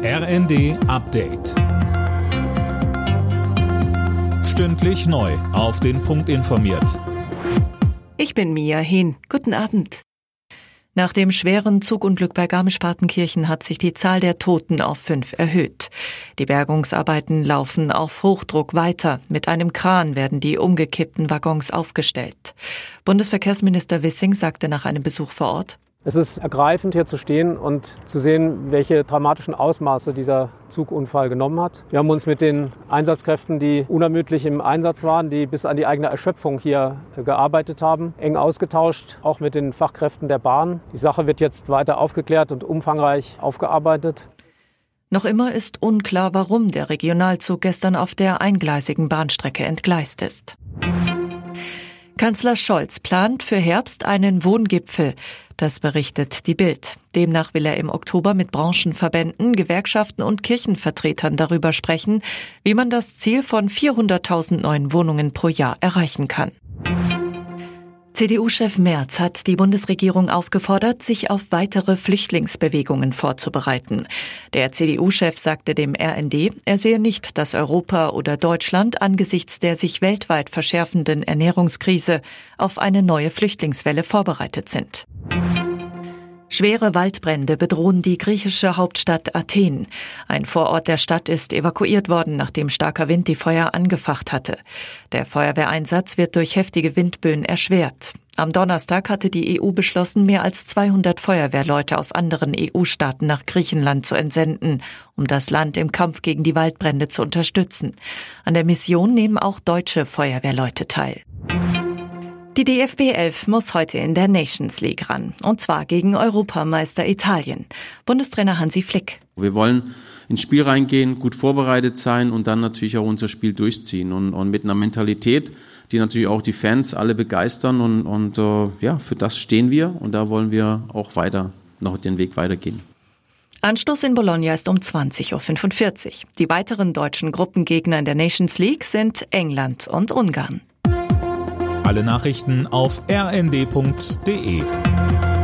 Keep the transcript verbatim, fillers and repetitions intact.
R N D Update. Stündlich neu auf den Punkt informiert. Ich bin Mia Hehn. Guten Abend. Nach dem schweren Zugunglück bei Garmisch-Partenkirchen hat sich die Zahl der Toten auf fünf erhöht. Die Bergungsarbeiten laufen auf Hochdruck weiter. Mit einem Kran werden die umgekippten Waggons aufgestellt. Bundesverkehrsminister Wissing sagte nach einem Besuch vor Ort: Es ist ergreifend, hier zu stehen und zu sehen, welche dramatischen Ausmaße dieser Zugunfall genommen hat. Wir haben uns mit den Einsatzkräften, die unermüdlich im Einsatz waren, die bis an die eigene Erschöpfung hier gearbeitet haben, eng ausgetauscht, auch mit den Fachkräften der Bahn. Die Sache wird jetzt weiter aufgeklärt und umfangreich aufgearbeitet. Noch immer ist unklar, warum der Regionalzug gestern auf der eingleisigen Bahnstrecke entgleist ist. Kanzler Scholz plant für Herbst einen Wohngipfel. Das berichtet die Bild. Demnach will er im Oktober mit Branchenverbänden, Gewerkschaften und Kirchenvertretern darüber sprechen, wie man das Ziel von vierhunderttausend neuen Wohnungen pro Jahr erreichen kann. C D U-Chef Merz hat die Bundesregierung aufgefordert, sich auf weitere Flüchtlingsbewegungen vorzubereiten. Der C D U-Chef sagte dem R N D, er sehe nicht, dass Europa oder Deutschland angesichts der sich weltweit verschärfenden Ernährungskrise auf eine neue Flüchtlingswelle vorbereitet sind. Schwere Waldbrände bedrohen die griechische Hauptstadt Athen. Ein Vorort der Stadt ist evakuiert worden, nachdem starker Wind die Feuer angefacht hatte. Der Feuerwehreinsatz wird durch heftige Windböen erschwert. Am Donnerstag hatte die E U beschlossen, mehr als zweihundert Feuerwehrleute aus anderen E U-Staaten nach Griechenland zu entsenden, um das Land im Kampf gegen die Waldbrände zu unterstützen. An der Mission nehmen auch deutsche Feuerwehrleute teil. Die D F B elf muss heute in der Nations League ran, und zwar gegen Europameister Italien. Bundestrainer Hansi Flick: Wir wollen ins Spiel reingehen, gut vorbereitet sein und dann natürlich auch unser Spiel durchziehen und, und mit einer Mentalität, die natürlich auch die Fans alle begeistern und, und äh, ja, für das stehen wir und da wollen wir auch weiter noch den Weg weitergehen. Anstoß in Bologna ist um zwanzig Uhr fünfundvierzig. Die weiteren deutschen Gruppengegner in der Nations League sind England und Ungarn. Alle Nachrichten auf r n d punkt d e.